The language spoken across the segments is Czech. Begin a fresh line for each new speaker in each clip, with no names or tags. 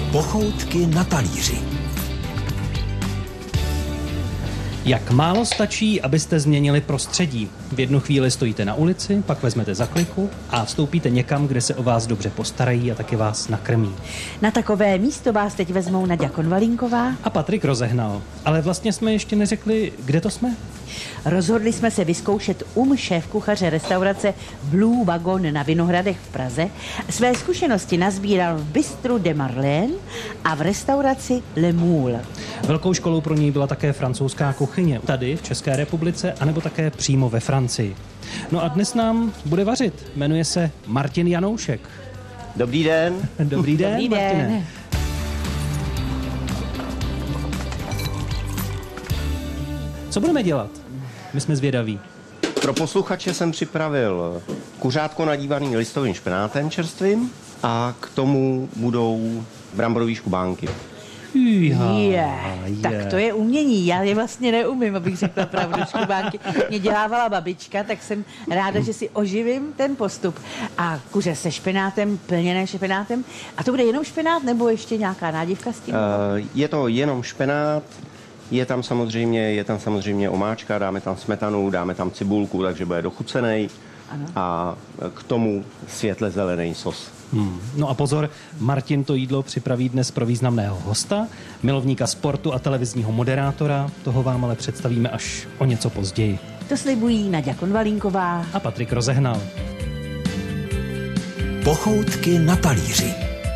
Pochoutky na talíři.
Jak málo stačí, abyste změnili prostředí. V jednu chvíli stojíte na ulici, pak vezmete zakliku a vstoupíte někam, kde se o vás dobře postarají a taky vás nakrmí.
Na takové místo vás teď vezmou Naďa Konvalínková
A Patrik Rozehnal. Ale vlastně jsme ještě neřekli, kde to jsme?
Rozhodli jsme se vyzkoušet šéfkuchaře restaurace Blue Wagon na Vinohradech v Praze. Své zkušenosti nazbíral v Bistru de Marlène a v restauraci Le Moule.
Velkou školou pro něj byla také francouzská kuchyně. Tady v České republice, anebo také přímo ve Francii. No a dnes nám bude vařit. Jmenuje se Martin Janoušek.
Dobrý den.
Dobrý den,
Dobrý
Martine.
den.
Co budeme dělat? My jsme zvědaví.
Pro posluchače jsem připravil kuřátko nadívaný listovým špenátem čerstvým a k tomu budou bramborové škubánky.
Tak to je umění. Já je vlastně neumím, abych řekla pravdu. Škubánky mě dělávala babička, tak jsem ráda, že si oživím ten postup. A kuře se špenátem, plněné špenátem. A to bude jenom špenát, nebo ještě nějaká nádivka s tím?
Je to jenom špenát, je tam samozřejmě omáčka, dáme tam smetanu, dáme tam cibulku, takže bude dochucenej.
Ano.
A k tomu světle zelený sos.
No a pozor, Martin to jídlo připraví dnes pro významného hosta, milovníka sportu a televizního moderátora. Toho vám ale představíme až o něco později.
To slibují Naďa Konvalínková
A Patrik Rozehnal.
Pochoutky na talíři.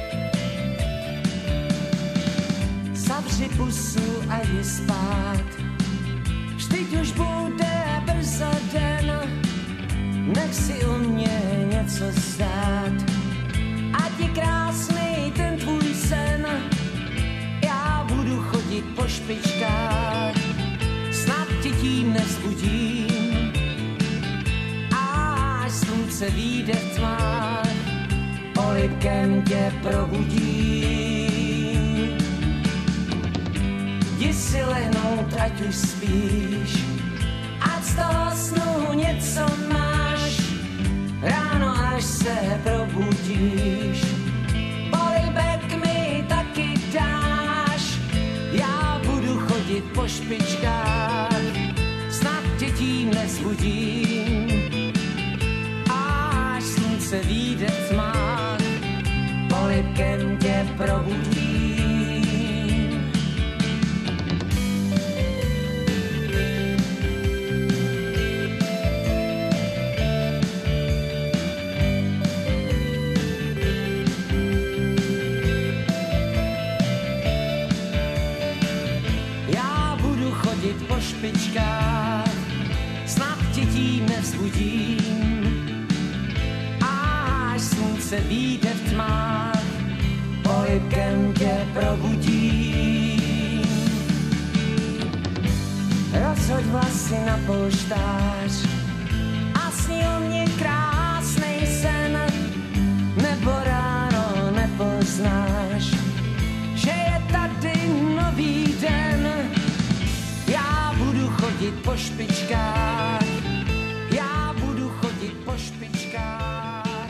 Zavři pusu a jdi spát. Vždyť už bude brzo den. Nech si u mě něco zdát. Ať je krásný ten tvůj sen. Já budu chodit po špičkách. Snad tě tím nevzbudím. Až slunce vyjde v tmách, polibkem tě probudím. Jdi si lehnout, ať už spíš, ať z toho snu něco máš. Ráno, až se probudíš, polibek mi taky dáš. Já budu chodit po špičkách, snad tě tím nevzbudím. Až slunce vyjde v tmách, polibkem tě probudím. Po špičkách, snad tě tím nevzbudím. Až slunce vyjde v tmách, polibkem tě probudím. Rozhoď vlasy na polštář a sní o mě krásnej sen, nebo ráno nepoznáš, že je tady nový den. Já budu chodit po špičkách, já budu chodit po špičkách.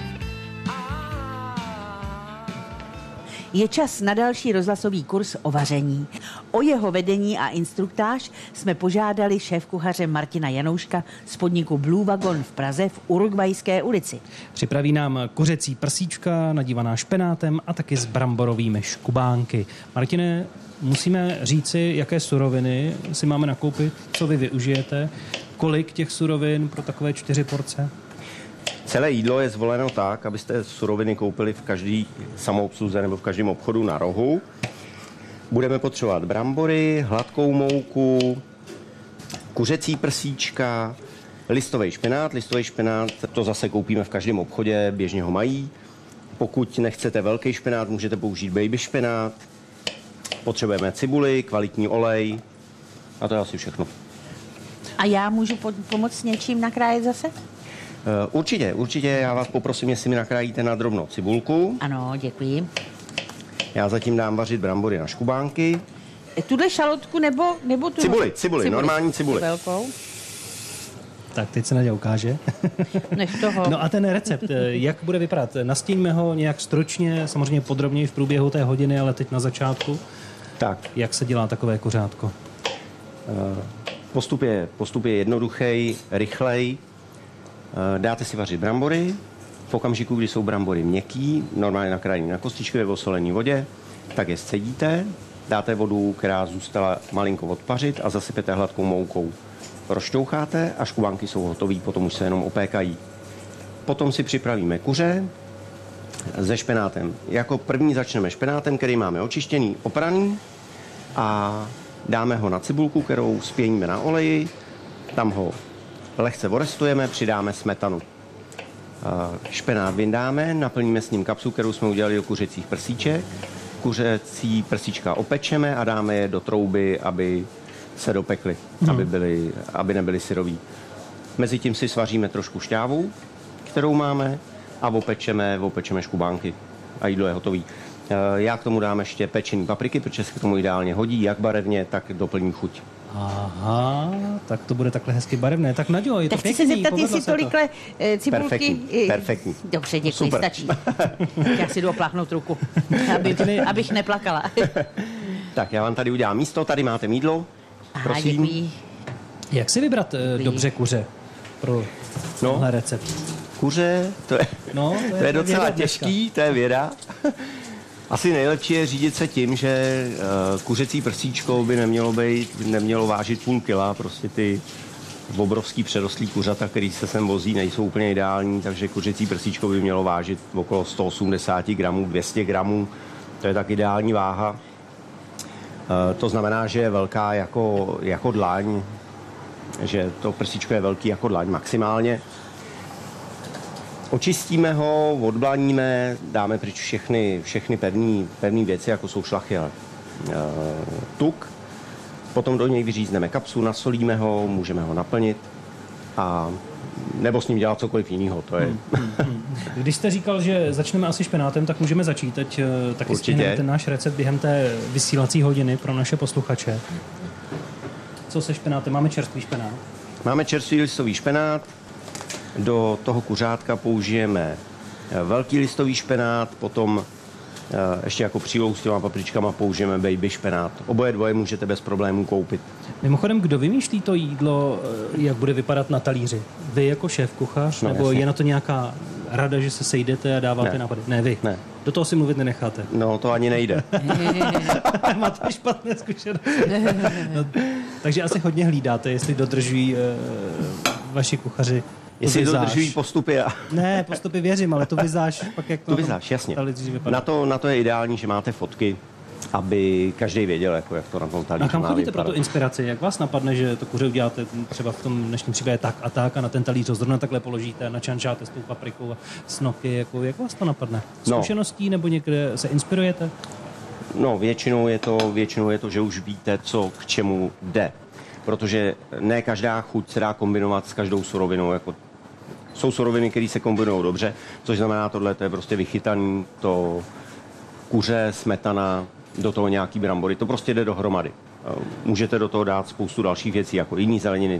Je čas na další rozhlasový kurz o vaření. O jeho vedení a instruktáž jsme požádali šéfkuchaře Martina Janouška z podniku Blue Wagon v Praze v Urugvajské ulici.
Připraví nám kuřecí prsíčka, nadívaná špenátem a taky s bramborovými škubánky. Martine, musíme říci, jaké suroviny si máme nakoupit, co vy využijete, kolik těch surovin pro takové 4 porce?
Celé jídlo je zvoleno tak, abyste suroviny koupili v každý samoobsluze nebo v každém obchodu na rohu. Budeme potřebovat brambory, hladkou mouku, kuřecí prsíčka, listový špenát. Listový špenát to zase koupíme v každém obchodě, běžně ho mají. Pokud nechcete velký špenát, můžete použít baby špenát. Potřebujeme cibuli, kvalitní olej a to je asi všechno.
A já můžu pomoct s něčím nakrájet zase?
Určitě, já vás poprosím, jestli mi nakrájíte na drobnou cibulku.
Ano, děkuji.
Já zatím dám vařit brambory na škubánky.
Tuhle šalotku nebo tu...
Cibuli, normální cibuli.
Velkou.
Tak teď se Naďa ukáže.
Než toho.
No a ten recept, jak bude vypadat? Nastíňme ho nějak stručně, samozřejmě podrobněji v průběhu té hodiny, ale teď na začátku.
Tak.
Jak se dělá takové kuřátko?
Postup je jednoduchý, rychlej. Dáte si vařit brambory. V okamžiku, kdy jsou brambory měkký, normálně nakrájený na kostičky ve osolené vodě, tak je scedíte, dáte vodu, která zůstala malinko odpařit a zasypete hladkou moukou. Rozšťoucháte a škubánky jsou hotové, potom už se jenom opékají. Potom si připravíme kuře se špenátem. Jako první začneme špenátem, který máme očištěný, opraný a dáme ho na cibulku, kterou spěníme na oleji, tam ho lehce orestujeme, přidáme smetanu. Špenát vyndáme, naplníme s ním kapsu, kterou jsme udělali do kuřecích prsíček. Kuřecí prsíčka opečeme a dáme je do trouby, aby se dopekly, aby nebyly syrový. Mezitím si svaříme trošku šťávu, kterou máme, a opečeme škubánky a jídlo je hotový. Já k tomu dám ještě pečený papriky, protože se k tomu ideálně hodí, jak barevně, tak doplní chuť.
Aha, tak to bude takhle hezky barevné. Tak Naďo, je to
tak chci
pěkný,
se zeptat, jestli tolikle cibulky...
Perfektní.
Dobře, děkuji,
Super.
stačí. Já si jdu opláchnout ruku, abych neplakala.
Tak já vám tady udělám místo, tady máte mýdlo.
Aha,
Prosím.
děkuji.
Jak si vybrat dobře kuře pro tenhle recept?
Kuře, to je docela těžký, to je věda. Asi nejlepší je řídit se tím, že kuřecí prsíčko by nemělo vážit půl kila, prostě ty obrovský přerostlý kuřata, který se sem vozí, nejsou úplně ideální, takže kuřecí prsíčko by mělo vážit okolo 180 gramů, 200 gramů, to je tak ideální váha. To znamená, že je velká jako dlaň, že to prsíčko je velký jako dlaň maximálně. Očistíme ho, odblaníme, dáme pryč všechny pevné věci, jako jsou šlachy a tuk. Potom do něj vyřízneme kapsu, nasolíme ho, můžeme ho naplnit a nebo s ním dělat cokoliv jiného. To je.
Když jste říkal, že začneme asi špenátem, tak můžeme začít. Teď taky stihneme ten náš recept během té vysílací hodiny pro naše posluchače. Co se špenátem? Máme čerstvý špenát?
Máme čerstvý listový špenát. Do toho kuřátka použijeme velký listový špenát, potom ještě jako přílohu s těma papričkama použijeme baby špenát. Oboje dvoje můžete bez problémů koupit.
Mimochodem, kdo vymýšlí to jídlo, jak bude vypadat na talíři? Vy jako šéf kuchař?
No,
nebo
jasně.
je na to nějaká rada, že se sejdete a dáváte nápady? Ne, vy.
Ne.
Do toho si mluvit nenecháte.
No, to ani nejde.
Máte špatné zkušenosti. No, takže asi hodně hlídáte, jestli dodržují vaši kuchaři.
Jestli dodržují postupy.
Ne, postupy věřím, ale to vizáž pak jak
to vizáž, jasně. Na to je ideální, že máte fotky, aby každý věděl, jak to na tom talíři.
A kam
má
chodíte
vypadat.
pro tu inspiraci? Jak vás napadne, že to kuře uděláte třeba v tom dnešním případě tak a na ten talíř ho zrovna takhle položíte a načančáte s tou paprikou a snoky? Jak vás to napadne? Zkušeností nebo někde se inspirujete?
No, většinou je to, že už víte, co k čemu jde. Protože ne každá chuť se dá kombinovat s každou surovinou. Jsou suroviny, které se kombinují dobře, což znamená, tohle to je prostě vychytaný, to kuře, smetana, do toho nějaký brambory, to prostě jde dohromady. Můžete do toho dát spoustu dalších věcí, jako jiný zeleniny,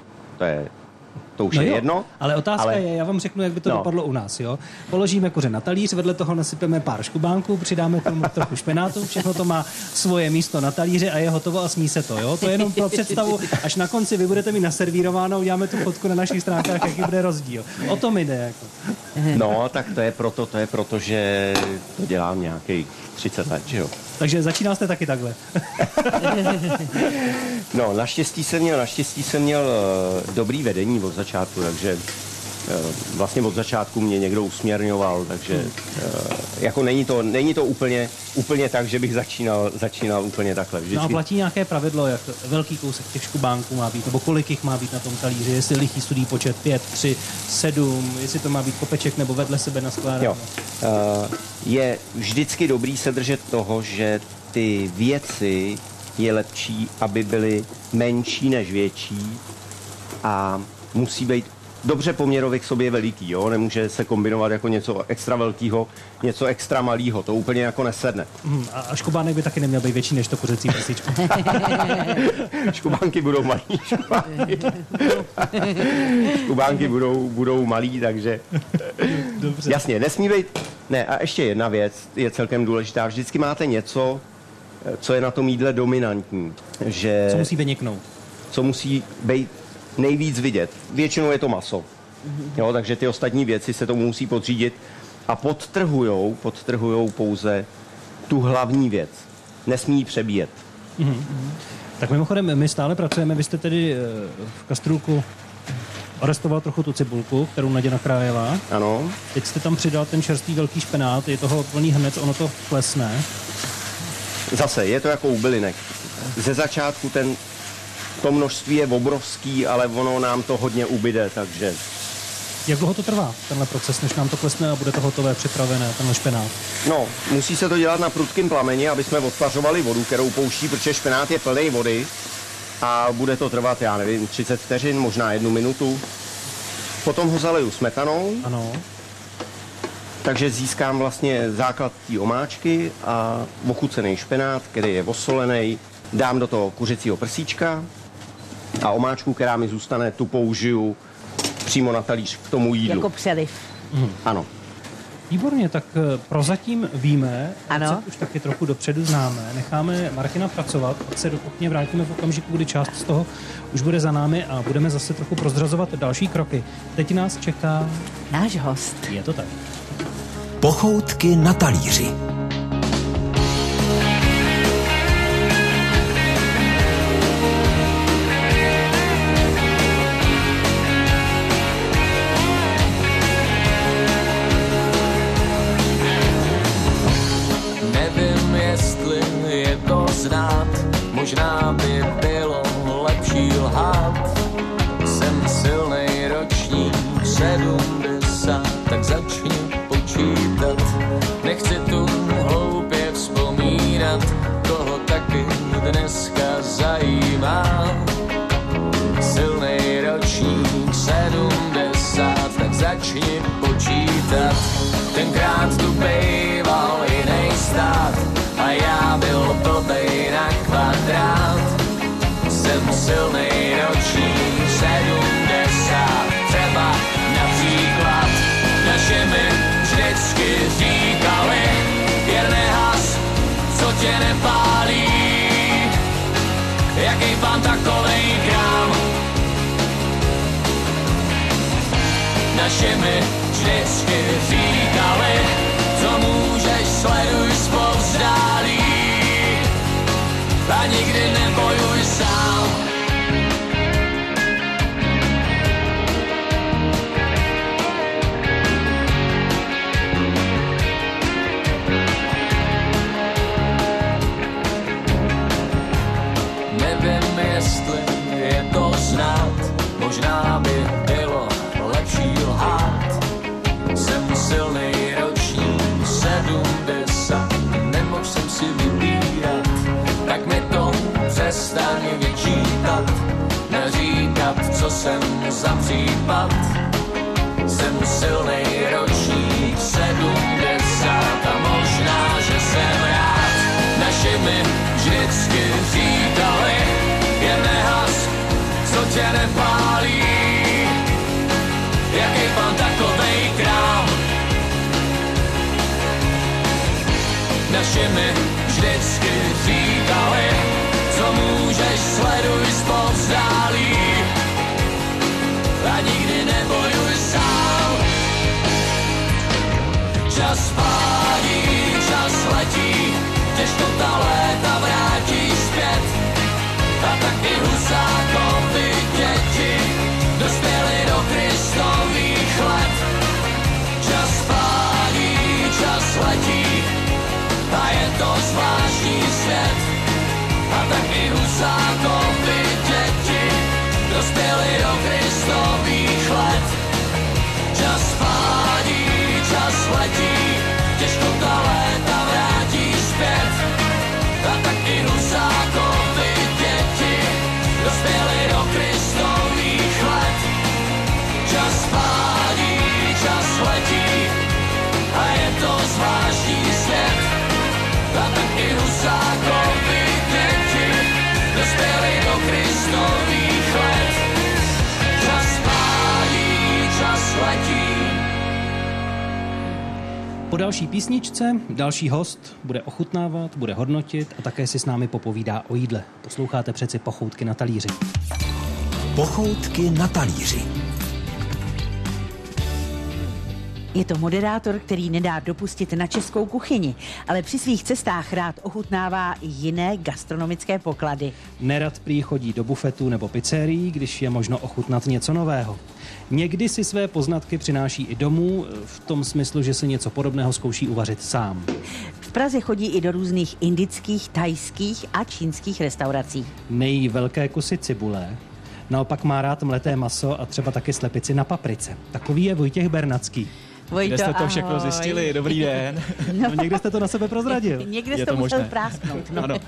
to už je jedno.
Ale otázka je, já vám řeknu, jak by to dopadlo u nás. Jo? Položíme kuře na talíř, vedle toho nasypeme pár škubánků, přidáme tomu trochu špenátu, všechno to má svoje místo na talíři a je hotovo a smí se to. Jo? To je jenom pro představu, až na konci vy budete mít naservírováno, uděláme tu fotku na našich stránkách, jaký bude rozdíl. O tom jde. Jako.
No, tak to je proto, že to dělám nějakých 30 let, že jo.
Takže začínal jste taky takhle.
No, naštěstí jsem měl dobrý vedení od začátku, takže vlastně od začátku mě někdo usměrňoval, takže jako není to úplně tak, že bych začínal úplně takhle. Vždycky.
No a platí nějaké pravidlo, jak velký kousek těch škubánků má být, nebo kolik jich má být na tom talíři, jestli lichý sudý počet 5, 3, 7, jestli to má být kopeček nebo vedle sebe naskládáno.
Je vždycky dobrý se držet toho, že ty věci je lepší, aby byly menší než větší a musí být dobře poměrově k sobě veliký, jo? Nemůže se kombinovat jako něco extra velkýho, něco extra malýho, to úplně jako nesedne.
A škubánek by taky neměl být větší než to kuřecí prsíčko.
Škubánky budou malý, škubánky budou malý, takže
Dobře.
jasně, nesmí být. Ne, a ještě jedna věc je celkem důležitá. Vždycky máte něco, co je na tom jídle dominantní. Že
Co musí vyniknout?
co musí být nejvíc vidět. Většinou je to maso. Jo, takže ty ostatní věci se tomu musí podřídit a podtrhujou pouze tu hlavní věc. Nesmí ji přebíjet.
Tak mimochodem, my stále pracujeme, vy jste tedy v kastrůlku orestoval trochu tu cibulku, kterou Nadě nakrájela.
Ano.
Teď jste tam přidal ten čerstvý velký špenát, je toho plný hned, ono to klesne.
Zase, je to jako u bylinek. Ze začátku to množství je obrovský, ale ono nám to hodně ubyde, takže...
Jak dlouho to trvá, tenhle proces, než nám to klesne a bude to hotové, připravené, tenhle špenát?
No, musí se to dělat na prudkém plameni, aby jsme odpařovali vodu, kterou pouští, protože špenát je plný vody a bude to trvat, já nevím, 30 vteřin, možná 1 minutu. Potom ho zaleju smetanou,
Ano.
takže získám vlastně základ té omáčky a ochucený špenát, který je osolený, dám do toho kuřecího prsíčka a omáčku, která mi zůstane, tu použiju přímo na talíř k tomu jídlu.
Jako přeliv.
Ano.
Výborně, tak prozatím víme,
Ano.
recept už taky trochu dopředu známe, necháme Martina pracovat, pak se do kuchyně vrátíme v okamžiku, kdy část z toho už bude za námi a budeme zase trochu prozrazovat další kroky. Teď nás čeká,
Náš host.
je to tak.
Pochoutky na talíři.
Nevím, jestli je to znát, možná by bylo lepší lhát. Jsem silnej ročník 70, tak začni počítat. Nechci tu hloupě vzpomínat, koho taky dneska zajímá. Silnej ročník 70, tak začni počítat. Tenkrát tu bejval jiný stát a já byl blbej na kvadrát. Jsem silnej ročník 70, třeba například naše mi vždycky říkali, jen nehas, co tě nepálí, jaký pán takovej krám. Naše mi vždycky říkali, co můžeš, sleduj zpovzdálí a nikdy nebojuj sám. Nevím, jestli je to znát, možná by bylo lepší lhát. Jsem silnej ročník 70, nemohl jsem si vybírat, tak mi to přestaň vyčítat, neříkat, co jsem za případ. Jsem silnej ročník 70 a možná, že jsem rád. Naši mi vždycky říkali, jen nehas, co tě nepálí, jaký pán takovej král. Naši mi vždycky říkali, co můžeš, sleduj zpovzdálí a nikdy nebojuj sám. Čas pádí, čas letí, těžko ta léta vrátí zpět a taky Husákovi děti dospěli do Kristových let. Čas pádí, čas letí a je to zvláštní svět a taky Husákovi děti dospěli do Kristových let. Čas pádí, čas letí, těžko ta léta vrátí zpět a taky Husákovi děti dospěli do Kristových let. Čas
Po další písničce další host bude ochutnávat, bude hodnotit a také si s námi popovídá o jídle. Posloucháte přeci Pochoutky na talíři.
Pochoutky na talíři.
Je to moderátor, který nedá dopustit na českou kuchyni, ale při svých cestách rád ochutnává i jiné gastronomické poklady.
Nerad prý chodí do bufetu nebo pizzerií, když je možno ochutnat něco nového. Někdy si své poznatky přináší i domů, v tom smyslu, že si něco podobného zkouší uvařit sám.
V Praze chodí i do různých indických, thajských a čínských restaurací.
Nejí velké kusy cibule, naopak má rád mleté maso a třeba taky slepici na paprice. Takový je Vojtěch Bernacký.
Vojto,
Kde jste to všechno zjistili? Dobrý den.
No, někde jste to na sebe prozradil.
Někde jste
Je to
musel
možné.
prásknout. No.
Ano.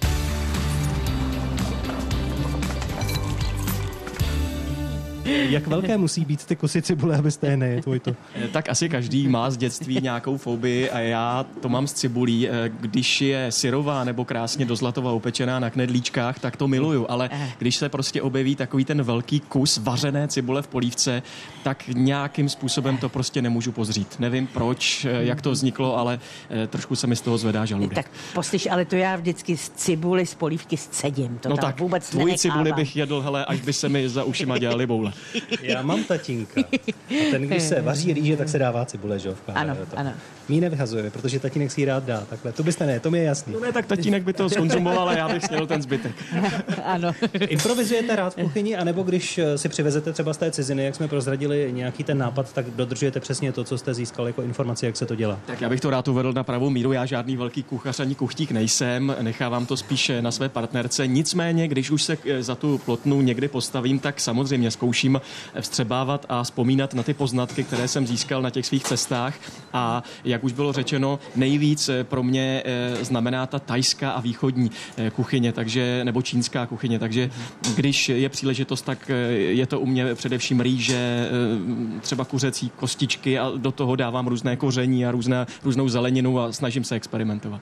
Jak velké musí být ty kusy cibule, abyste je nejedl, Vojto?
Tak asi každý má z dětství nějakou fobii a já to mám s cibulí. Když je syrová nebo krásně do zlatova upečená na knedlíčkách, tak to miluju, ale když se prostě objeví takový ten velký kus vařené cibule v polívce, tak nějakým způsobem to prostě nemůžu pozřít. Nevím proč, jak to vzniklo, ale trošku se mi z toho zvedá žaludek.
Tak poslyš, ale to já vždycky z cibuli, z polívky scedím. To
No
tam
tak,
vůbec
tvoji
nenechávám.
cibuli bych jedl, hele, až by se mi za ušima dělali boule.
Já mám tatínka. A ten, když se vaří rýže, tak se dává cibule, že jo?
Ano, ano.
My ji nevyhazujeme, protože tatínek si ji rád dá. Takhle. To byste ne, to mi je jasný.
No ne, tak tatínek by to skonzumoval, ale já bych snědl ten zbytek.
Ano.
Improvizujete rád v kuchyni, anebo když si přivezete třeba z té ciziny, jak jsme prozradili nějaký ten nápad, tak dodržujete přesně to, co jste získal jako informaci, jak se to dělá?
Tak já bych to rád uvedl na pravou míru. Já žádný velký kuchař ani kuchtík nejsem, nechávám to spíše na své partnerce. Nicméně, když už se za tu plotnu někdy postavím, tak samozřejmě zkouším vstřebávat a vzpomínat na ty poznatky, které jsem získal na těch svých cestách. A jak už bylo řečeno, nejvíc pro mě znamená ta thajská a východní kuchyně, takže, nebo čínská kuchyně. Takže když je příležitost, tak je to u mě především rýže, třeba kuřecí kostičky a do toho dávám různé koření a různou zeleninu a snažím se experimentovat.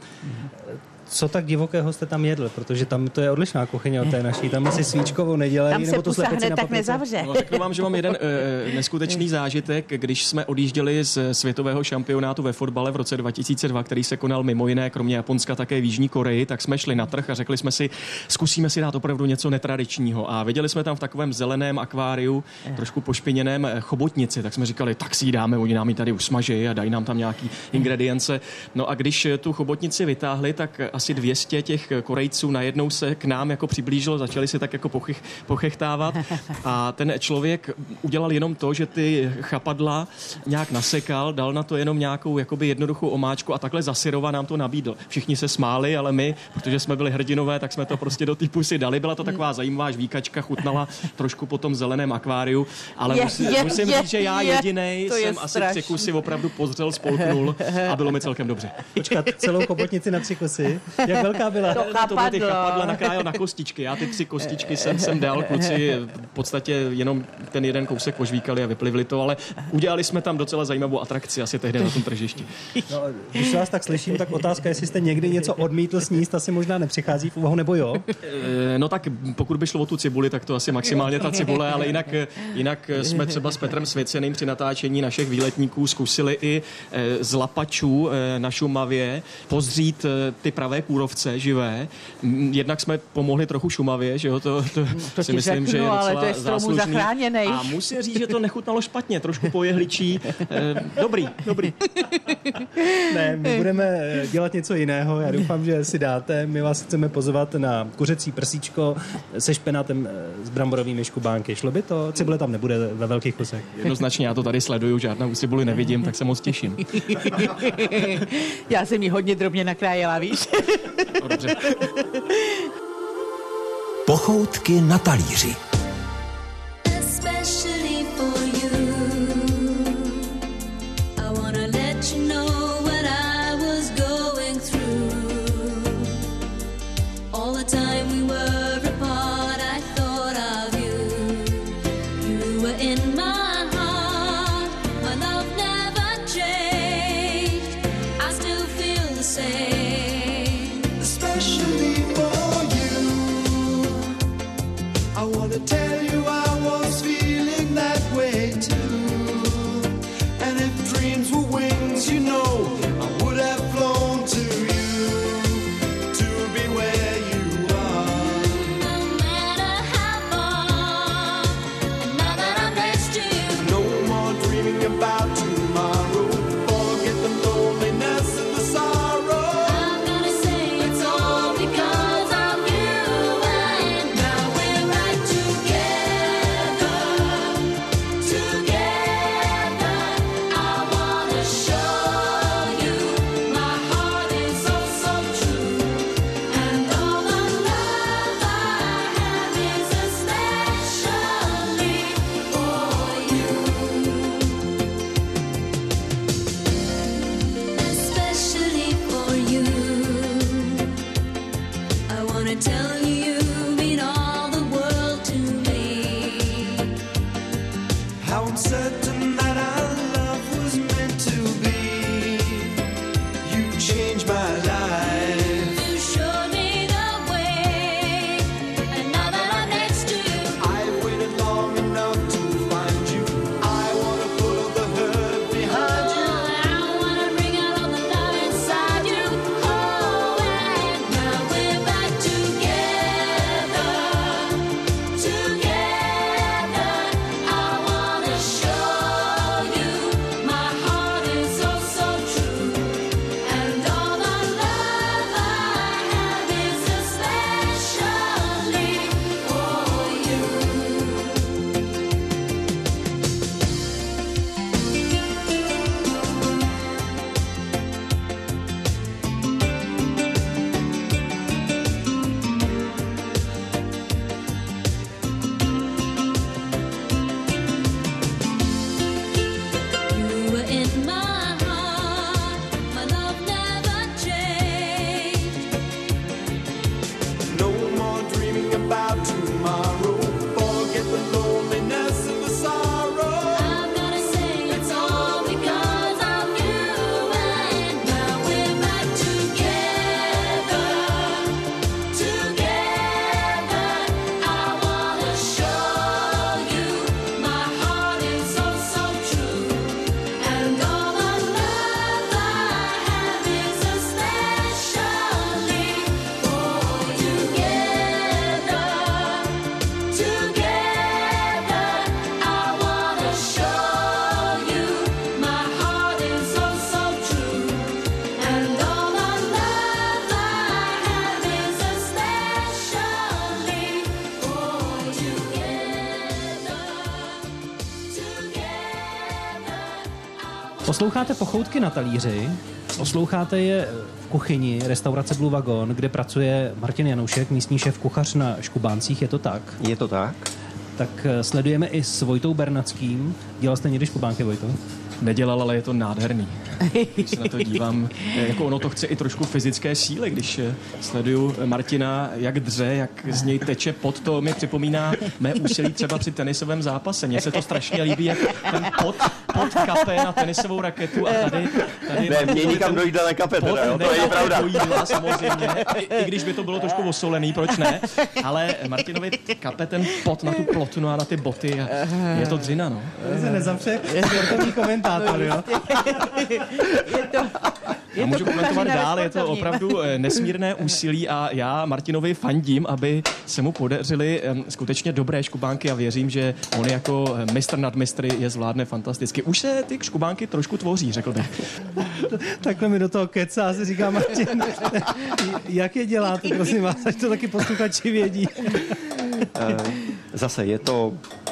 Co tak divokého jste tam jedl? Protože tam to je odlišná kuchyně od té naší. Tam asi svíčkovou nedělají,
Tam se
nebo tu
pusa
slepici
hned
na
tak
paprice.
nezavře.
No, řeknu vám, že mám jeden neskutečný zážitek, když jsme odjížděli z světového šampionátu ve fotbale v roce 2002, který se konal mimo jiné, kromě Japonska, také v Jižní Koreji, tak jsme šli na trh a řekli jsme si, zkusíme si dát opravdu něco netradičního. A viděli jsme tam v takovém zeleném akváriu, trošku pošpiněném, chobotnici, tak jsme říkali, tak si ji dáme, oni nám ji tady usmaží a dají nám tam nějaký ingredience. No a když tu chobotnici vytáhli, tak asi 200 těch Korejců najednou se k nám jako přiblížilo, začali si tak jako pochechtávat a ten člověk udělal jenom to, že ty chapadla nějak nasekal, dal na to jenom nějakou jakoby jednoduchou omáčku a takhle za syrova nám to nabídl. Všichni se smáli, ale my, protože jsme byli hrdinové, tak jsme to prostě do té pusy dali. Byla to taková zajímavá žvíkačka, chutnala trošku po tom zeleném akváriu, ale musím říct, že já jedinej jsem asi 3 kusy opravdu pozřel, spolknul a bylo mi celkem dobře.
Počkat, celou chobotnici na 3 kusy? Jak velká byla?
Tohle ty chapadla nakrájel na kostičky. Já ty 3 kostičky jsem dal, kluci v podstatě jenom ten jeden kousek požvíkali a vyplivli to, ale udělali jsme tam docela zajímavou atrakci asi tehdy na tom tržišti.
No, když vás tak slyším, tak otázka, jestli jste někdy něco odmítl sníst, asi možná nepřichází v úvahu, nebo jo?
No tak pokud by šlo o tu cibuli, tak to asi maximálně ta cibule, ale jinak jsme třeba s Petrem Svěceným při natáčení našich výletníků zkusili i z lapačů na Šumavě pozřít ty pravé kůrovce živé. Jednak jsme pomohli trochu Šumavě, že jo, to si myslím, že je docela
ale to je stromu
záslužný.
zachráněnej.
A musím říct, že to nechutnalo špatně, trošku pojehličí. Dobrý.
Ne, my budeme dělat něco jiného. Já doufám, že si dáte. My vás chceme pozvat na kuřecí prsíčko se špenátem s bramborovými škubánky. Šlo by to? Cibule tam nebude ve velkých kusech.
Jednoznačně, já to tady sleduju, žádnou cibuli nevidím, tak se moc těším.
Já jsem ji hodně drobně nakrájela, víš?
No, dobře.
Pochoutky na talíři.
Especially for you, I wanna let you know what I was going through. All the time we were apart, I thought of you. You were in my heart, my love never changed. I still feel the same.
Especially for you, I wanna
Posloucháte Pochoutky na talíři, posloucháte je v kuchyni restaurace Blue Wagon, kde pracuje Martin Janoušek, místní šéf kuchař na Škubáncích, je to tak?
Je to tak?
Tak sledujeme i s Vojtou Bernackým. Dělal jste někdy škubánky, Vojto?
Nedělal, ale je to nádherný. Když se na to dívám, jako ono to chce i trošku fyzické síly, když sleduju Martina, jak dře, jak z něj teče pot, to mi připomíná mé úsilí třeba při tenisovém zápase. Mně se to strašně líbí, jak ten pot kape na tenisovou raketu a tady
ne, mě nikam do jídla nekape,
pot
teda, to je pravda.
do jídla, samozřejmě, I když by to bylo trošku osolený, proč ne, ale Martinovi kape ten pot na tu plotnu a na ty boty a je to dřina, no.
Se nezapře, sportovní komentátor, jo?
A můžu komentovat dál, je to opravdu nesmírné úsilí a já Martinovi fandím, aby se mu podařily skutečně dobré škubánky a věřím, že on jako mistr nad mistry je zvládne fantasticky. Už se ty škubánky trošku tvoří, řekl bych.
Takhle mi do toho kecá, se říká Martin. Jak je děláte, prosím vás, ať to taky posluchači vědí.
Zase je to...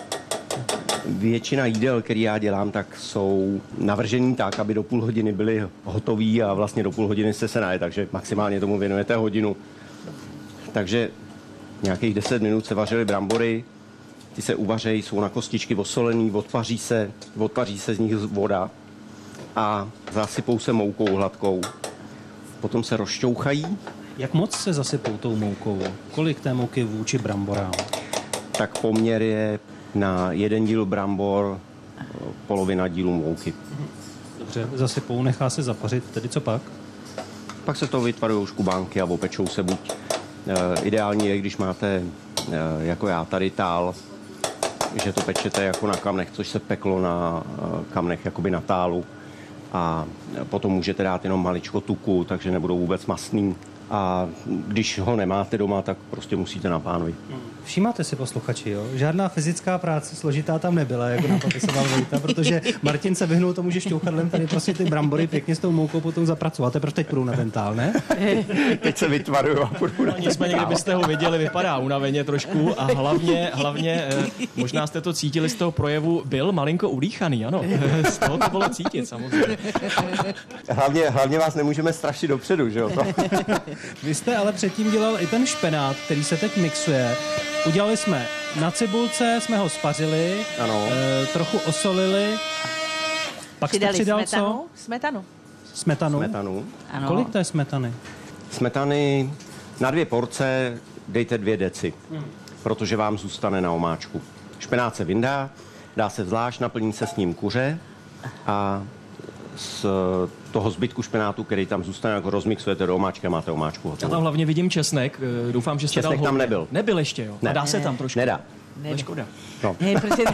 Většina jídel, který já dělám, tak jsou navržený tak, aby do půl hodiny byly hotový a vlastně do půl hodiny se naje, takže maximálně tomu věnujete hodinu. Takže nějakých 10 minut se vařily brambory, ty se uvařejí, jsou na kostičky osolený, odpaří se z nich voda a zasypou se moukou hladkou. Potom se rozšťouchají.
Jak moc se zasypou tou moukou? Kolik té mouky vůči bramborám?
Tak poměr je na 1 díl brambor, polovina dílu mouky.
Dobře, zasypou, nechá se zapařit, tedy co pak?
Pak se to vytvarují škubánky a opečou se buď. Ideální je, když máte, jako já tady tál, že to pečete jako na kamnech, což se peklo na kamnech, jakoby na tálu. A potom můžete dát jenom maličko tuku, takže nebudou vůbec mastný. A když ho nemáte doma, tak prostě musíte na pánvi.
Všímáte si, posluchači, jo? Žádná fyzická práce složitá tam nebyla, jako nám popisoval Vojta, protože Martin se vyhnul tomu, že šťouchadlem tady prostě ty brambory pěkně s tou moukou potom zapracoval. Teprve teď půjdu na ten tál, ne?
Teď se vytvaruju a půjdu na
Nicméně, kdybyste ho viděli, vypadá unaveně trošku a hlavně možná jste to cítili z toho projevu, byl malinko udýchaný, ano. Z toho to bylo cítit, samozřejmě.
Hlavně vás nemůžeme strašit dopředu, že jo?
Vy jste ale předtím dělal i ten špenát, který se teď mixuje. Udělali jsme na cibulce, jsme ho spařili, trochu osolili, pak jste přidal co? Smetanu?
Ano.
Kolik té smetany?
Smetany na 2 porce dejte 2 deci, protože vám zůstane na omáčku. Špenát se vyndá, dá se zvlášť, naplní se s ním kuře a z toho zbytku špenátu, který tam zůstane, jako rozmixujete do omáčky a máte omáčku hotovou.
Já tam hlavně vidím česnek, doufám, že jste
česnek
dal
tam
hodně.
nebyl.
Nebyl ještě, jo?
Ne.
A dá se tam trošku?
Nedá.
To je škoda.
No.
Ne, protože...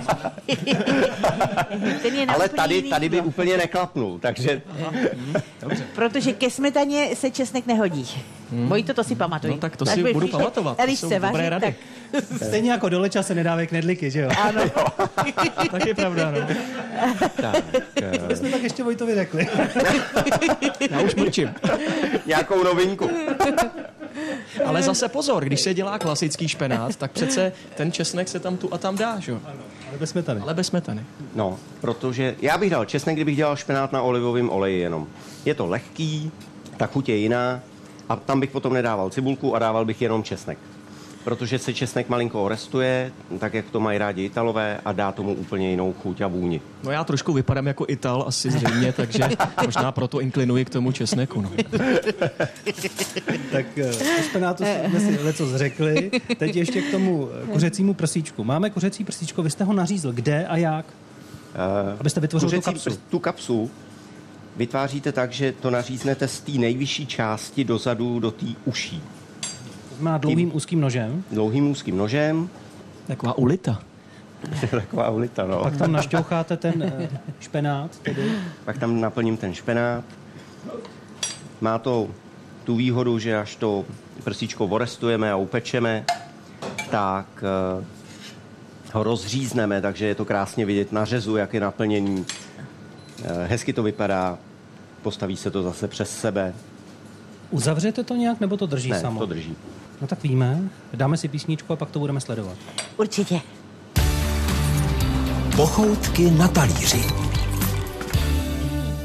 ten je
ale tady by úplně neklapnul, takže...
Dobře.
Protože ke smetaně se česnek nehodí. Vojto, to si pamatuj.
No tak to si budu pamatovat, to jsou dobré rady.
Stejně jako do leča se nedávají knedlíky, že jo?
Ano.
Tak je pravda, no.
To jsme tak ještě Vojtovi řekli.
Já už mlčím.
Nějakou novinku.
Ale zase pozor, když se dělá klasický špenát, tak přece ten česnek se tam tu a tam dá, že jo?
Ale bez smetany.
Ale bez smetany.
No, protože já bych dal česnek, kdybych dělal špenát na olivovém oleji jenom. Je to lehký, ta chuť je jiná a tam bych potom nedával cibulku a dával bych jenom česnek. Protože se česnek malinko orestuje, tak jak to mají rádi Italové a dá tomu úplně jinou chuť a vůni.
No já trošku vypadám jako Ital asi zřejmě, takže možná proto inklinuji k tomu česneku, no.
Tak o špenátu jsme si leco zřekli. Teď ještě k tomu kuřecímu prsíčku. Máme kuřecí prsíčko, vy jste ho nařízl. Kde a jak? Abyste vytvořil tu kapsu.
Tu kapsu vytváříte tak, že to naříznete z té nejvyšší části dozadu do té uší.
Má dlouhým úzkým nožem.
Dlouhým úzkým nožem.
Taková ulita.
Taková ulita, no.
Pak tam našťoucháte ten špenát. Tedy.
Pak tam naplním ten špenát. Má to tu výhodu, že až to prsíčko orestujeme a upečeme, tak ho rozřízneme, takže je to krásně vidět na řezu, jak je naplněný. Hezky to vypadá, postaví se to zase přes sebe.
Uzavřete to nějak, nebo to drží
Ne,
samo?
to drží.
No tak víme. Dáme si písničku a pak to budeme sledovat.
Určitě.
Pochoutky na talíři.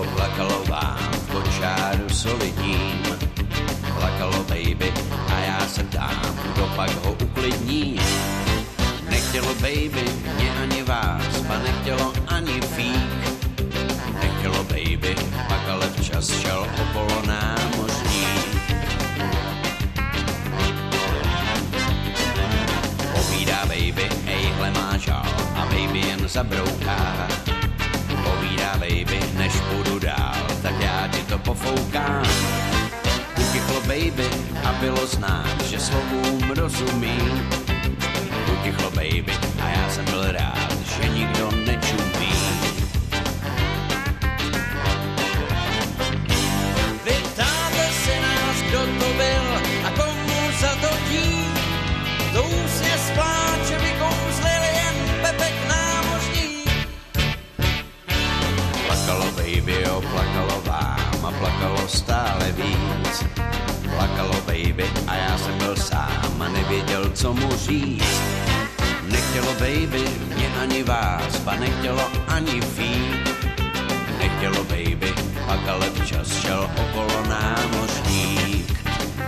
plakalo vám v kočáru solidním. Plakalo baby a já se ptám, kdo pak ho uklidní. Nechtělo baby mě ani vás, pa nechtělo ani fík. Nechtělo baby, pak ale včas šel okolo námořník. Povídá baby, ejhle má žal a baby jen zabrouká. Povídá baby, než půjdu dál, tak já ti to pofoukám. Utichlo baby a bylo znát, že slovům rozumím. Utichlo baby a já jsem byl rád, že nikdo nečumí. Vyptáte se nás, kdo to byl a komu za to tím. To úsně z pláče vykouzlil jen Pepek námořník. Plakalo baby, jo, plakalo vám a plakalo stále víc. Plakalo baby a já jsem byl sám a nevěděl, co mu říct. Nechtělo baby mě ani vás, pa nechtělo ani fík. Nechtělo baby, pak ale včas šel okolo námořník.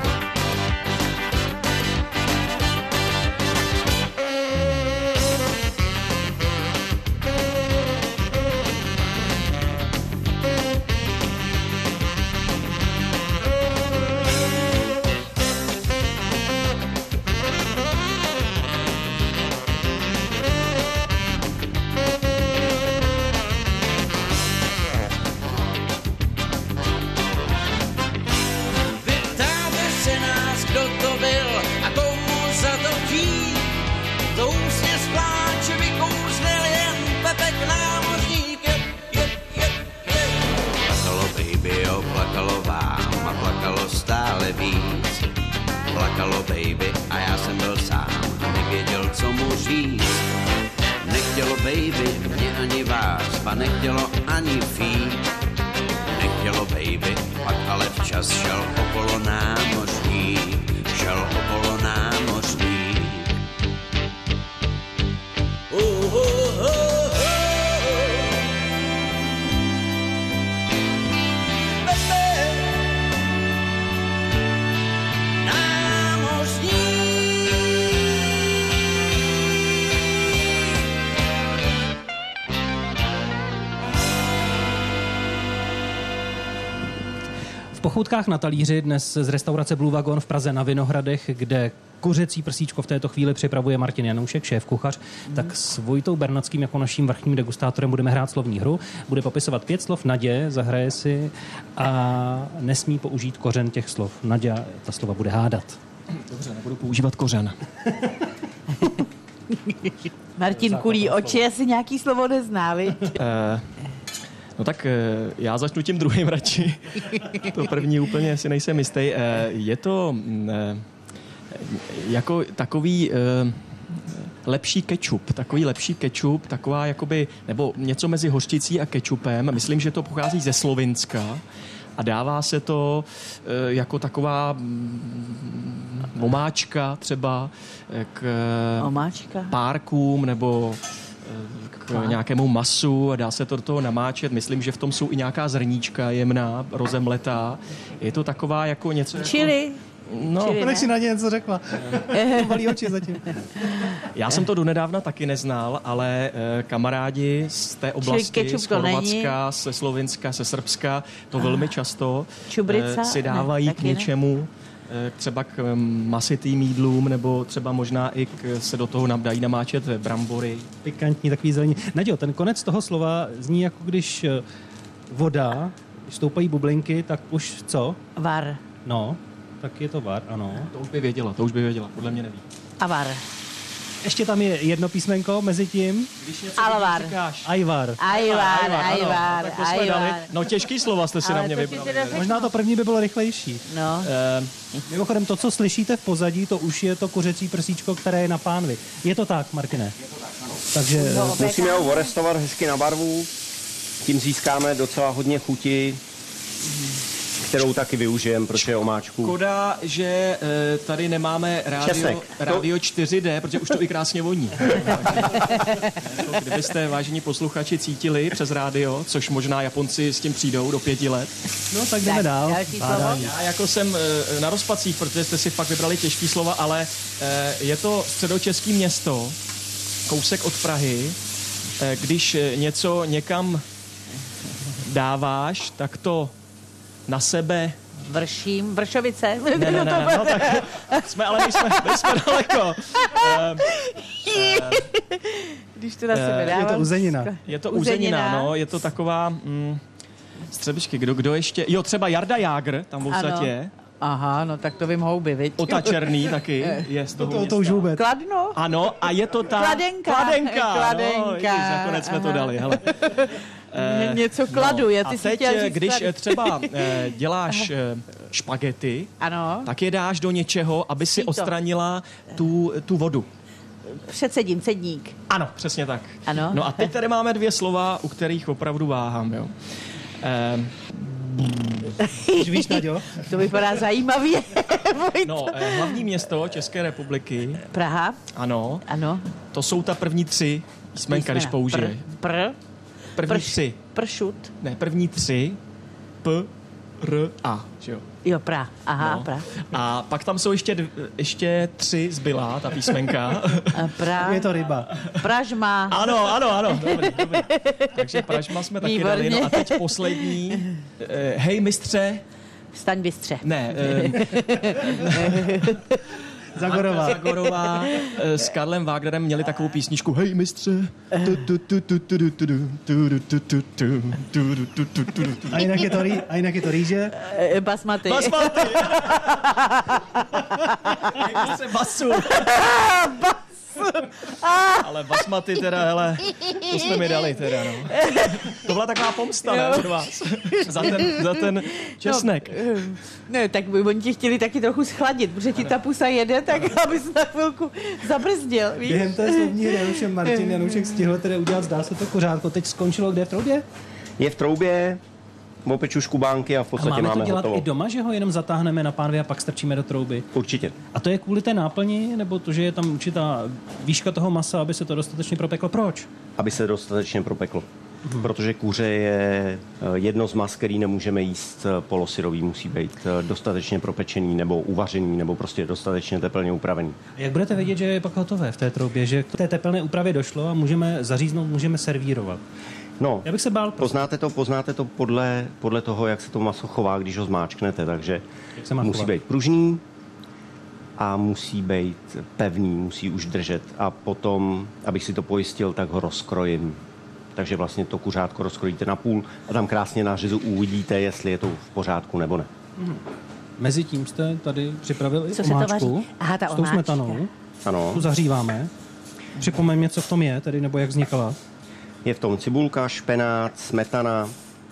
Plakalo baby a já jsem byl sám a nevěděl, co mu říct. Nechtělo baby mě ani vás, pa nechtělo ani fík. Nechtělo baby, pak ale včas šel okolo námořník. Šel okolo námořník.
V pochoutkách na talíři dnes z restaurace Blue Wagon v Praze na Vinohradech, kde kuřecí prsíčko v této chvíli připravuje Martin Janoušek, šéf-kuchař, tak s Vojtou Bernackým jako naším vrchním degustátorem budeme hrát slovní hru. Bude popisovat 5 slov, Nadě zahraje si a nesmí použít kořen těch slov. Naďa ta slova bude hádat.
Dobře, nebudu používat kořen.
Martin kulí oči, jestli nějaký slovo nezná, viď?
No tak já začnu tím druhým radši. To první úplně si nejsem jistý. Je to jako takový lepší kečup, taková jakoby, nebo něco mezi hořčicí a kečupem. Myslím, že to pochází ze Slovinska a dává se to jako taková omáčka třeba k párkům nebo k nějakému masu a dá se to do toho namáčet. Myslím, že v tom jsou i nějaká zrníčka jemná, rozemletá. Je to taková jako něco...
Chili.
No,
konečně na něco řekla. Malý oči zatím.
Já jsem to donedávna taky neznal, ale kamarádi z té oblasti, z Chorvatska, ze Slovinska, ze Srbska, to velmi často si dávají k něčemu, třeba k masitým jídlům, nebo třeba možná i se do toho dají namáčet brambory.
Pikantní, takový zelení. Naďo, ten konec toho slova zní jako když voda, když stoupají bublinky, tak už co?
Var.
No, tak je to var, ano.
To už by věděla, podle mě neví.
A var.
Ještě tam je jedno písmenko mezi tím.
Alvar.
Ajvar.
No těžký slova jste si na mě vybrali.
Možná to první by bylo rychlejší.
No.
Mimochodem, to, co slyšíte v pozadí, to už je to kuřecí prsíčko, které je na pánvi. Je to tak, Martine?
Je to tak, ano.
Takže
musíme ho orestovat hezky na barvu, tím získáme docela hodně chuti, kterou taky využijem, protože omáčku.
Škoda, že tady nemáme rádio 4D, protože už to i krásně voní. Jako kdybyste, vážení posluchači, cítili přes rádio, což možná Japonci s tím přijdou do 5 let.
No tak jdeme dál.
Já jako jsem na rozpacích, protože jste si fakt vybrali těžký slova, ale je to středočeský město, kousek od Prahy. Když něco někam dáváš, tak to na sebe...
Vršovice.
Ne, no tak jsme daleko.
Když to na sebe dávám.
Je to uzenina.
Je to uzenina, no, je to taková... Střebičky, kdo ještě... Jo, třeba Jarda Jágr, tam v podstatě.
Aha, no tak to vím houby, viď?
Ota Černý taky je z toho
To už vůbec.
Kladno?
Ano, a je to ta... Kladenka. No, vidíš, nakonec jsme to dali, hele.
Něco kladuje.
A teď, když třeba děláš špagety,
ano,
tak je dáš do něčeho, aby si odstranila tu vodu.
Předsedím, cedník.
Ano, přesně tak.
Ano.
No a teď tady máme 2 slova, u kterých opravdu váhám, jo.
Už víš, Naďo?
To vypadá zajímavě.
No, hlavní město České republiky.
Praha.
Ano.
Ano.
To jsou ta první 3 písmenka, když použije. První 3.
Pršut.
Ne, první 3. P, R, A. Že jo?
Jo, Aha,
no.
Pra.
A pak tam jsou ještě 3 zbylá, ta písmenka.
Je to ryba.
Pražma.
Ano, dobrý. Takže pražma jsme taky dali. No a teď poslední. Hej, mistře.
Staň bystře.
Ne.
Zagorová
s Karlem Wagnerem měli takovou písničku Hej, mistře.
A jinak je to rýže?
Basmaty.
Hej, mistře, basu. Ale basmaty teda, hele, to jsme mi dali teda, no. To byla taková pomsta, ne, od vás. za ten česnek.
Ne, tak oni ti chtěli taky trochu schladit, protože ti ta pusa jede, tak abys na chvilku zabrzdil, víš?
Během té slovní hry ovšem Martin Janoušek stihl tedy udělat, zdá se to kuřátko. Teď skončilo kde v Troubě?
Je v Troubě, opeču škubánky a v podstatě máme
to dělat
hotovo.
i doma, že ho jenom zatáhneme na pánvi a pak strčíme do trouby?
Určitě.
A to je kvůli té náplni, nebo to, že je tam určitá výška toho masa, aby se to dostatečně propeklo? Proč?
Aby se dostatečně propeklo. Protože kuře je jedno z mas, který nemůžeme jíst polosyrový, musí být dostatečně propečený nebo uvařený nebo prostě dostatečně teplně upravený.
A jak budete vědět, že je pak hotové v té troubě, že k té tepelné úpravě došlo a můžeme zaříznout, můžeme servírovat?
No,
já bych se bál.
Poznáte to podle toho, jak se to maso chová, když ho zmáčknete, takže musí být pružný a musí být pevný, musí už držet a potom, abych si to pojistil, tak ho rozkrojím. Takže vlastně to kuřátko rozkrojíte na půl a tam krásně na řezu uvidíte, jestli je to v pořádku nebo ne.
Mezitím jste tady připravili omáčku s tou smetanou.
Ano.
Tu zahříváme. Připomeň, co v tom je, tedy, nebo jak vznikala.
Je v tom cibulka, špenát, smetana,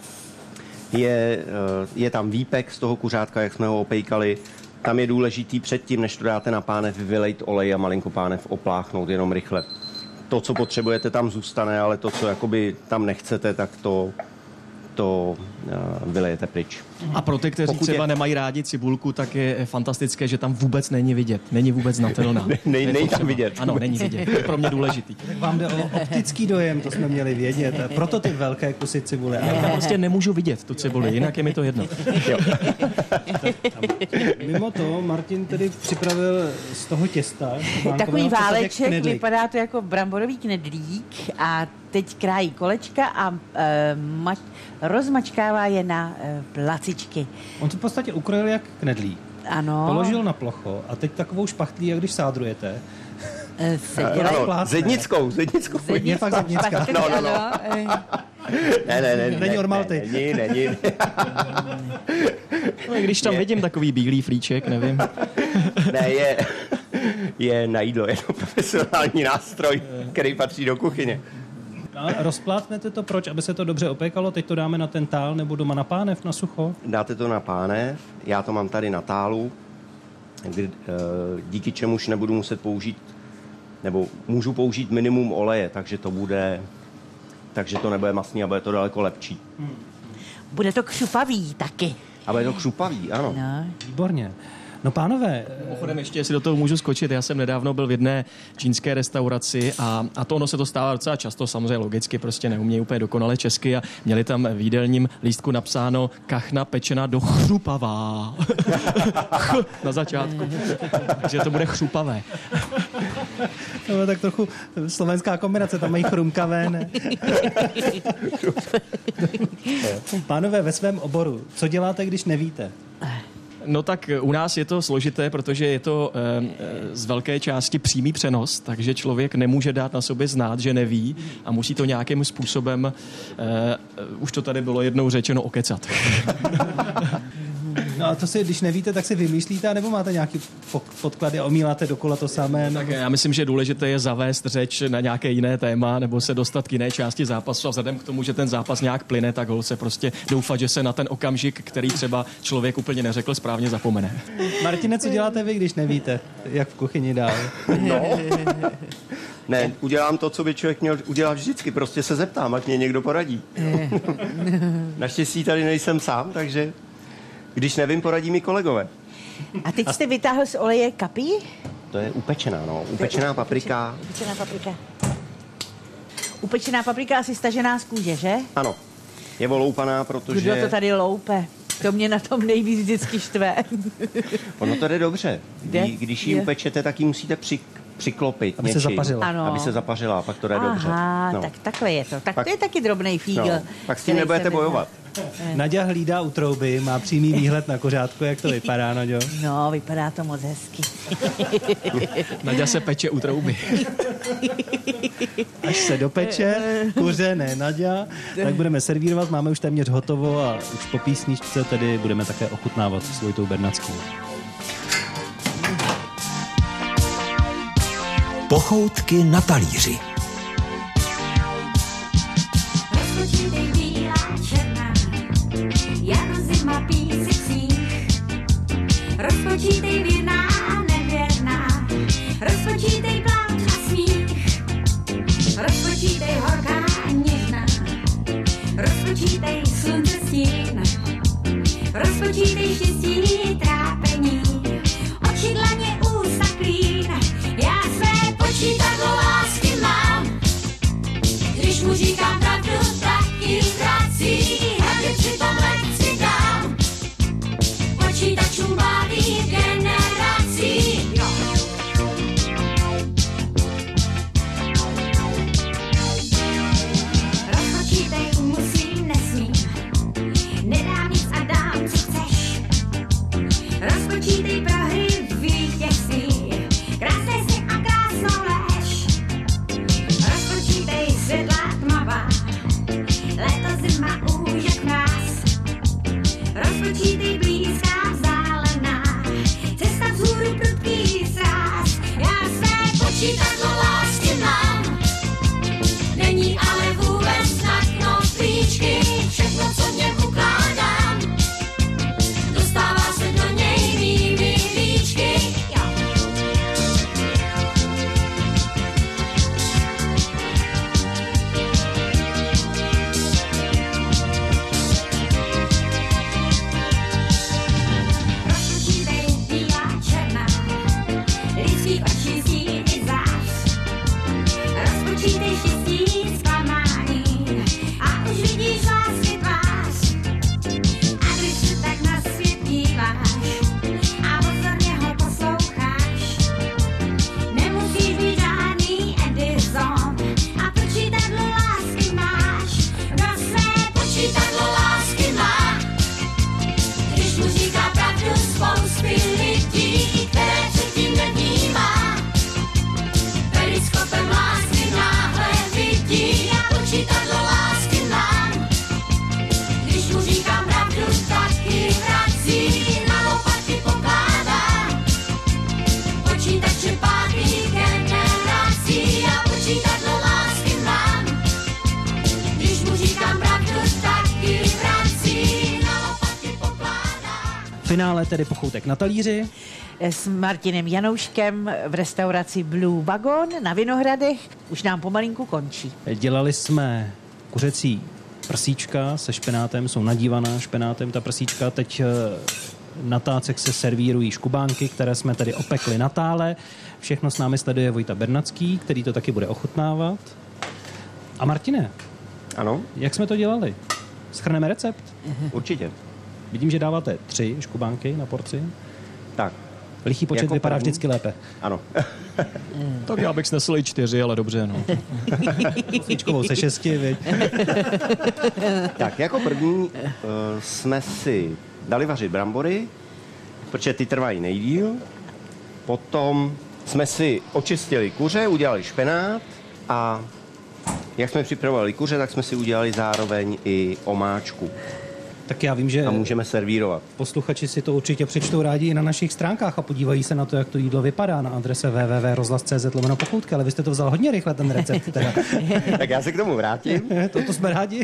je tam výpek z toho kuřátka, jak jsme ho opejkali. Tam je důležitý předtím, než to dáte na pánev, vylejt olej a malinko pánev opláchnout jenom rychle. To, co potřebujete, tam zůstane, ale to, co jakoby tam nechcete, tak to vylejete pryč.
A pro ty, kteří třeba nemají rádi cibulku, tak je fantastické, že tam vůbec není vidět. Není vůbec znatelná.
Není tam vidět.
Ano, není vidět. To je pro mě důležitý.
Tak vám jde o optický dojem, to jsme měli vědět. Proto ty velké kusy cibule.
Já tam prostě nemůžu vidět tu cibuli, jinak je mi to jedno.
Mimo to, Martin tedy připravil z toho těsta.
Takový váleček, vypadá to jako bramborový knedlík a teď krájí kolečka a rozmačkává je na placičky.
On to v podstatě ukrojil jak knedlík.
Ano.
Položil na plocho a teď takovou špachtlí, jak když sádrujete.
Zednickou.
Je fakt zednická.
No. Ne.
Není ormalty.
Není.
Když tam vidím takový bílý flíček, nevím.
Ne, je na jídlo, je to profesionální nástroj, který patří do kuchyně.
A rozplátnete to proč? Aby se to dobře opékalo? Teď to dáme na ten tál nebo doma na pánev, na sucho?
Dáte to na pánev, já to mám tady na tálu, díky čemuž nebudu muset použít, nebo můžu použít minimum oleje, takže to nebude masný a bude to daleko lepší.
Bude to křupavý taky.
A bude to křupavý, ano.
No.
Výborně. No pánové,
Mimochodem, ještě si do toho můžu skočit. Já jsem nedávno byl v jedné čínské restauraci a to ono se to stává docela často, samozřejmě logicky, prostě neumějí úplně dokonale česky a měli tam v jídelním lístku napsáno kachna pečená do chrupavá. Na začátku. Takže to bude chrupavé.
no, tak trochu slovenská kombinace, tam mají chrumkavé, ne? Pánové, ve svém oboru, co děláte, když nevíte?
No tak u nás je to složité, protože je to z velké části přímý přenos, takže člověk nemůže dát na sobě znát, že neví a musí to nějakým způsobem, už to tady bylo jednou řečeno, okecat.
No a to si, když nevíte, tak si vymýšlíte, nebo máte nějaký podklady a omíláte dokola to samé?
Tak já myslím, že důležité je zavést řeč na nějaké jiné téma nebo se dostat k jiné části zápasu a vzhledem k tomu, že ten zápas nějak plyne, tak se prostě doufat, že se na ten okamžik, který třeba člověk úplně neřekl, správně zapomene.
Martine, co děláte vy, když nevíte, jak v kuchyni dál?
No. Ne, udělám to, co by člověk měl udělat vždycky. Prostě se zeptám, ať mě někdo poradí. Naštěstí tady nejsem sám, takže když nevím, poradí mi kolegové.
A teď jste vytáhl z oleje kapí?
To je upečená, no. Upečená paprika.
Upečená paprika. Upečená paprika asi stažená z kůže, že?
Ano. Je voloupaná, protože...
Kdo to tady loupe? To mě na tom nejvíc vždycky štve.
Ono to jde dobře. Když ji
Je.
upečete, tak ji musíte přiklopit
Aby se
něčím.
zapařila.
Ano.
Aby se zapařila, pak to jde dobře.
Aha,
No.
tak takhle je to. Tak
Pak-
to je taky drobnej fígl.
No. Pak s tím
který
nebudete
se mi-
bojovat.
Naďa hlídá u trouby, má přímý výhled na kořátko, jak to vypadá, Naďo?
No, vypadá to moc hezky.
Naďa se peče u trouby.
Až se dopeče, kuře, ne Naďa, tak budeme servírovat, máme už téměř hotovo a už po písničce tedy budeme také ochutnávat s Vojtou Bernackým.
Pochoutky na talíři.
Rozpočítej bílá černá, jaro, zima, písek, sníh. Rozpočítej věrná a nevěrná, rozpočítej plát a smích. Rozpočítej horká a něžná, rozpočítej slunce stín. Rozpočítej štěstí, trápení, oči, dlaně, ústa, klín. Já své počítadlo lásky mám, když mu říkám pravdu, tak ji vrací, aby přitom lekci dám počítačům mladých generací. Jo. Rozpočítej, musím, nesmím, nedám nic a dám, co chceš. Rozpočítej prohry, vítězství, krásné sny a krásnou lež. Rozpočítej světlá tmavá, léto, zima, úžek, mráz. Rozpočítej blízká, vzdálená, cesta vzhůru, prudký sráz. Já své počítadlo lásky mám, není ale vůbec na knoflíčky, všechno, co v něm ukládám, dostává se do něj mými líčky. Jo. Rozpočítej bílá černá, lidských očí stíny zář. Rozpočítej štěstí, zklamání a už vidíš lásky tvář. A když se tak na svět díváš a pozorně ho posloucháš, nemusíš být žádný Edison a počítadlo lásky máš. Kdo své počítadlo lásky má, když mu říká pravdu spousty lidí, které předtím nevnímá. Periskopem lásky náhle vidí a počítadlo lásky mám. Když mu říkám pravdu, tak ji vrací, na lopatky pokládá. Počítače pátých generací a počítadlo lásky mám. Když mu říkám pravdu, tak ji vrací, na lopatky pokládá.
Finále tedy pochoutek na talíři.
S Martinem Janouškem v restauraci Blue Wagon na Vinohradech. Už nám pomalinku končí.
Dělali jsme kuřecí prsíčka se špenátem, jsou nadívaná špenátem ta prsíčka. Teď na tácek se servírují škubánky, které jsme tedy opekli na tále. Všechno s námi sleduje Vojta Bernacký, který to taky bude ochutnávat. A Martine,
Ano,
jak jsme to dělali? Shrneme recept?
určitě.
Vidím, že dáváte 3 škubánky na porci.
Tak,
Lichý počet
Jako
vypadá
první?
vždycky lépe.
ano.
Tak já bych snesl i 4, ale dobře, no.
Prsíčkovou se 6, viď?
Tak, jako první jsme si dali vařit brambory, protože ty trvají nejdýl. Potom jsme si očistili kuře, udělali špenát a jak jsme připravovali kuře, tak jsme si udělali zároveň i omáčku
Tak já vím, že
a můžeme servírovat.
posluchači si to určitě přečtou rádi i na našich stránkách a podívají se na to, jak to jídlo vypadá na adrese www.rozhlas.cz/pochoutky, ale vy jste to vzal hodně rychle, ten recept. Teda.
Tak já se k tomu vrátím.
To jsme rádi.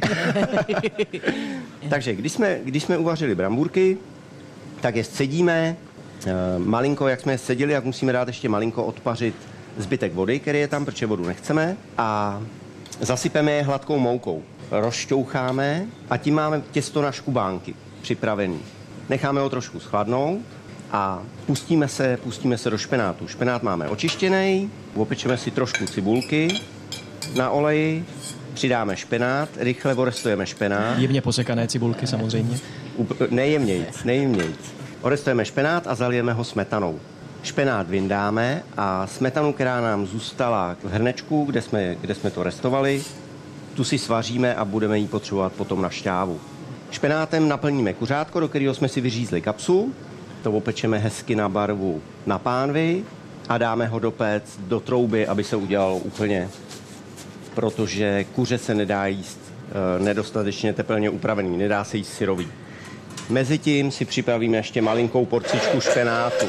Takže když jsme uvařili bramburky, tak je scedíme malinko, jak jsme je scedili, jak musíme dát ještě malinko odpařit zbytek vody, který je tam, protože vodu nechceme, a zasypeme je hladkou moukou. Rozšťoucháme a tím máme těsto na škubánky připravený. Necháme ho trošku schladnout a pustíme se do špenátu. Špenát máme očištěný, opečeme si trošku cibulky na oleji, přidáme špenát, rychle orestujeme špenát.
Jemně posekané cibulky samozřejmě.
Nejjemnějc. Orestujeme špenát a zalijeme ho smetanou. Špenát vyndáme a smetanu, která nám zůstala v hrnečku, kde jsme to restovali, tu si svaříme a budeme ji potřebovat potom na šťávu. Špenátem naplníme kuřátko, do kterého jsme si vyřízli kapsu, to opečeme hezky na barvu na pánvi a dáme ho do péc, do trouby, aby se udělalo úplně, protože kuře se nedá jíst nedostatečně teplně upravený, nedá se jíst syrový. Mezitím si připravíme ještě malinkou porcičku špenátu.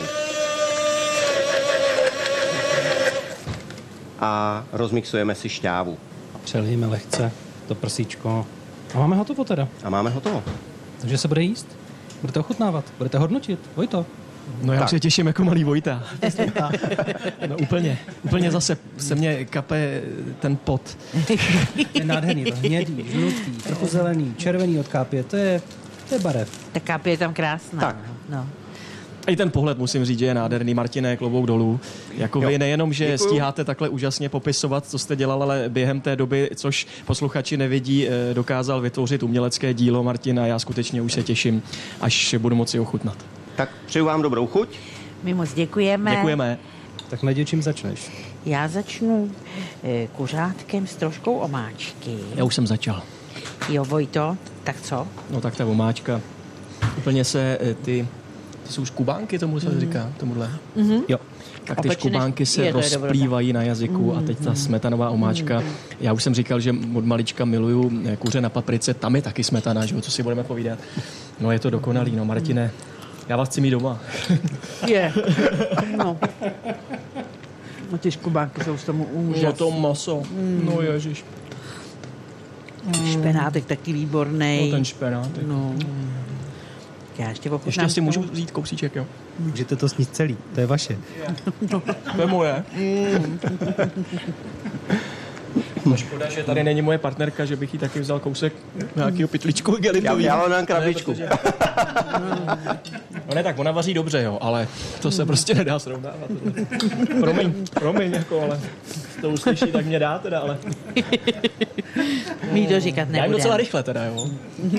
A rozmixujeme si šťávu.
Přelijeme lehce to prsíčko. A máme hotovo teda.
A máme hotovo.
Takže se bude jíst. Budete ochutnávat, budete hodnotit. Vojto.
No já
Tak.
se těším jako malý Vojta. No úplně zase se mě kape ten pot.
Je nádherný, to hnědý, žlutý, trochu zelený, červený od kápě, to je barev.
Ta kápě je tam krásná.
Tak.
No.
A i ten pohled musím říct, že je nádherný. Martine, klobouk dolů. Jako vy nejenom, že
Děkuju.
stíháte takhle úžasně popisovat, co jste dělal, ale během té doby, což posluchači nevidí, dokázal vytvořit umělecké dílo, Martin, a já skutečně už se těším, až budu moci ochutnat.
Tak přeju vám dobrou chuť.
My moc děkujeme.
Děkujeme.
Tak Nadě, čím začneš?
Já začnu kuřátkem s troškou omáčky.
Já už jsem začal.
Jo, Vojto, tak co?
No tak ta omáčka. Úplně se ty jsou škubánky, tomu se říká, tomuhle.
Jo.
Tak ty
Opečené-
škubánky se
je, to je
rozplývají na jazyku a teď ta smetanová omáčka. Já už jsem říkal, že od malička miluju kuře na paprice, tam je taky smetana, že jo, co si budeme povídat. No je to dokonalý, no Martine, já vás chci mít doma.
Je. No. No ty škubánky jsou z tomu úžasné.
No to maso, no ježiš.
Špenátek taky výborný.
No ten špenátek.
No. Já ještě ochutnám.
Ještě si můžu vzít kousíček, jo?
Můžete to sníst celý, to je vaše.
To je moje. No škoda, že tady není moje partnerka, že bych jí taky vzal kousek nějakého pytlíčku gelintový.
Já vám dám krabičku.
Ne, no ne, tak ona vaří dobře, jo, ale to se prostě nedá srovnávat. Promiň, jako, ale to uslyší, tak mě dá teda, ale
My to říkat
já jim
nebudeme.
docela rychle teda, jo.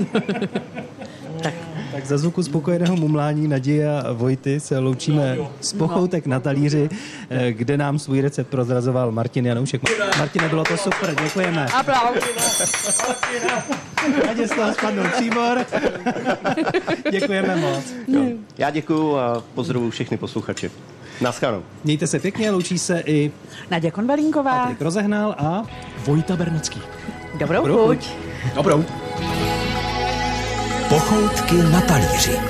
Tak za zvuku spokojeného mumlání Naděje a Vojty se loučíme z Pochoutek na talíři, kde nám svůj recept prozrazoval Martin Janoušek. Martine, bylo to super, děkujeme.
Aplaus.
Nadě z toho spadnul příbor. Děkujeme moc.
Já děkuju a pozdravuju všechny posluchače. Naschledanou.
Mějte se pěkně, loučí se i
Naděja Konvalínková.
Patrik Rozehnal a
Vojta Bernacký.
Dobrou chuť.
Dobrou.
Pochoutky na talíři.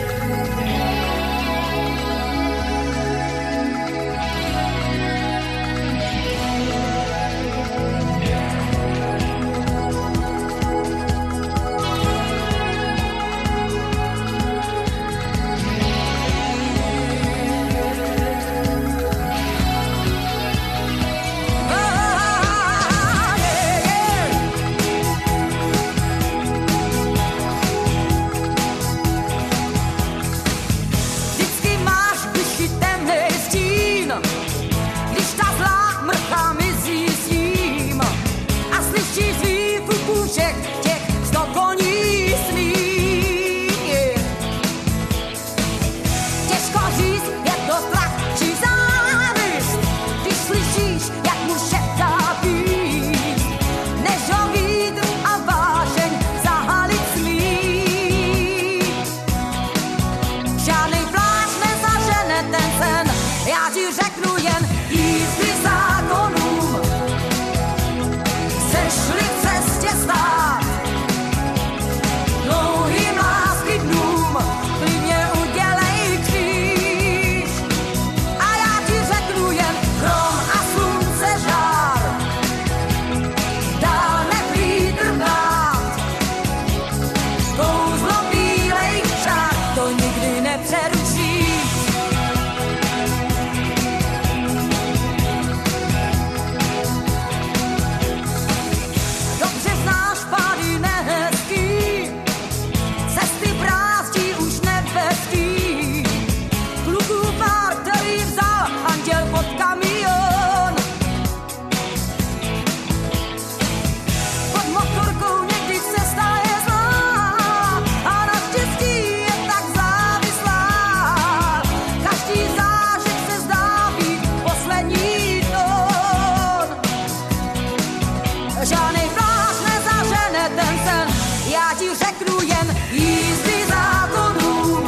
řeknu jen jízdy zákonům.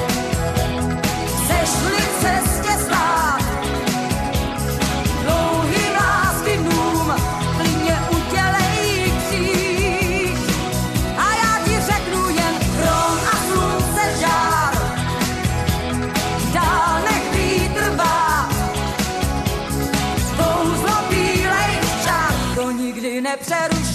Sešli cestě stát, dlouhým láskynnům, klidně udělej kříž. A já ti řeknu jen hrom a slunce žár, dál nech vítr vát, kouzlo bílej čár, to nikdy nepřeruší.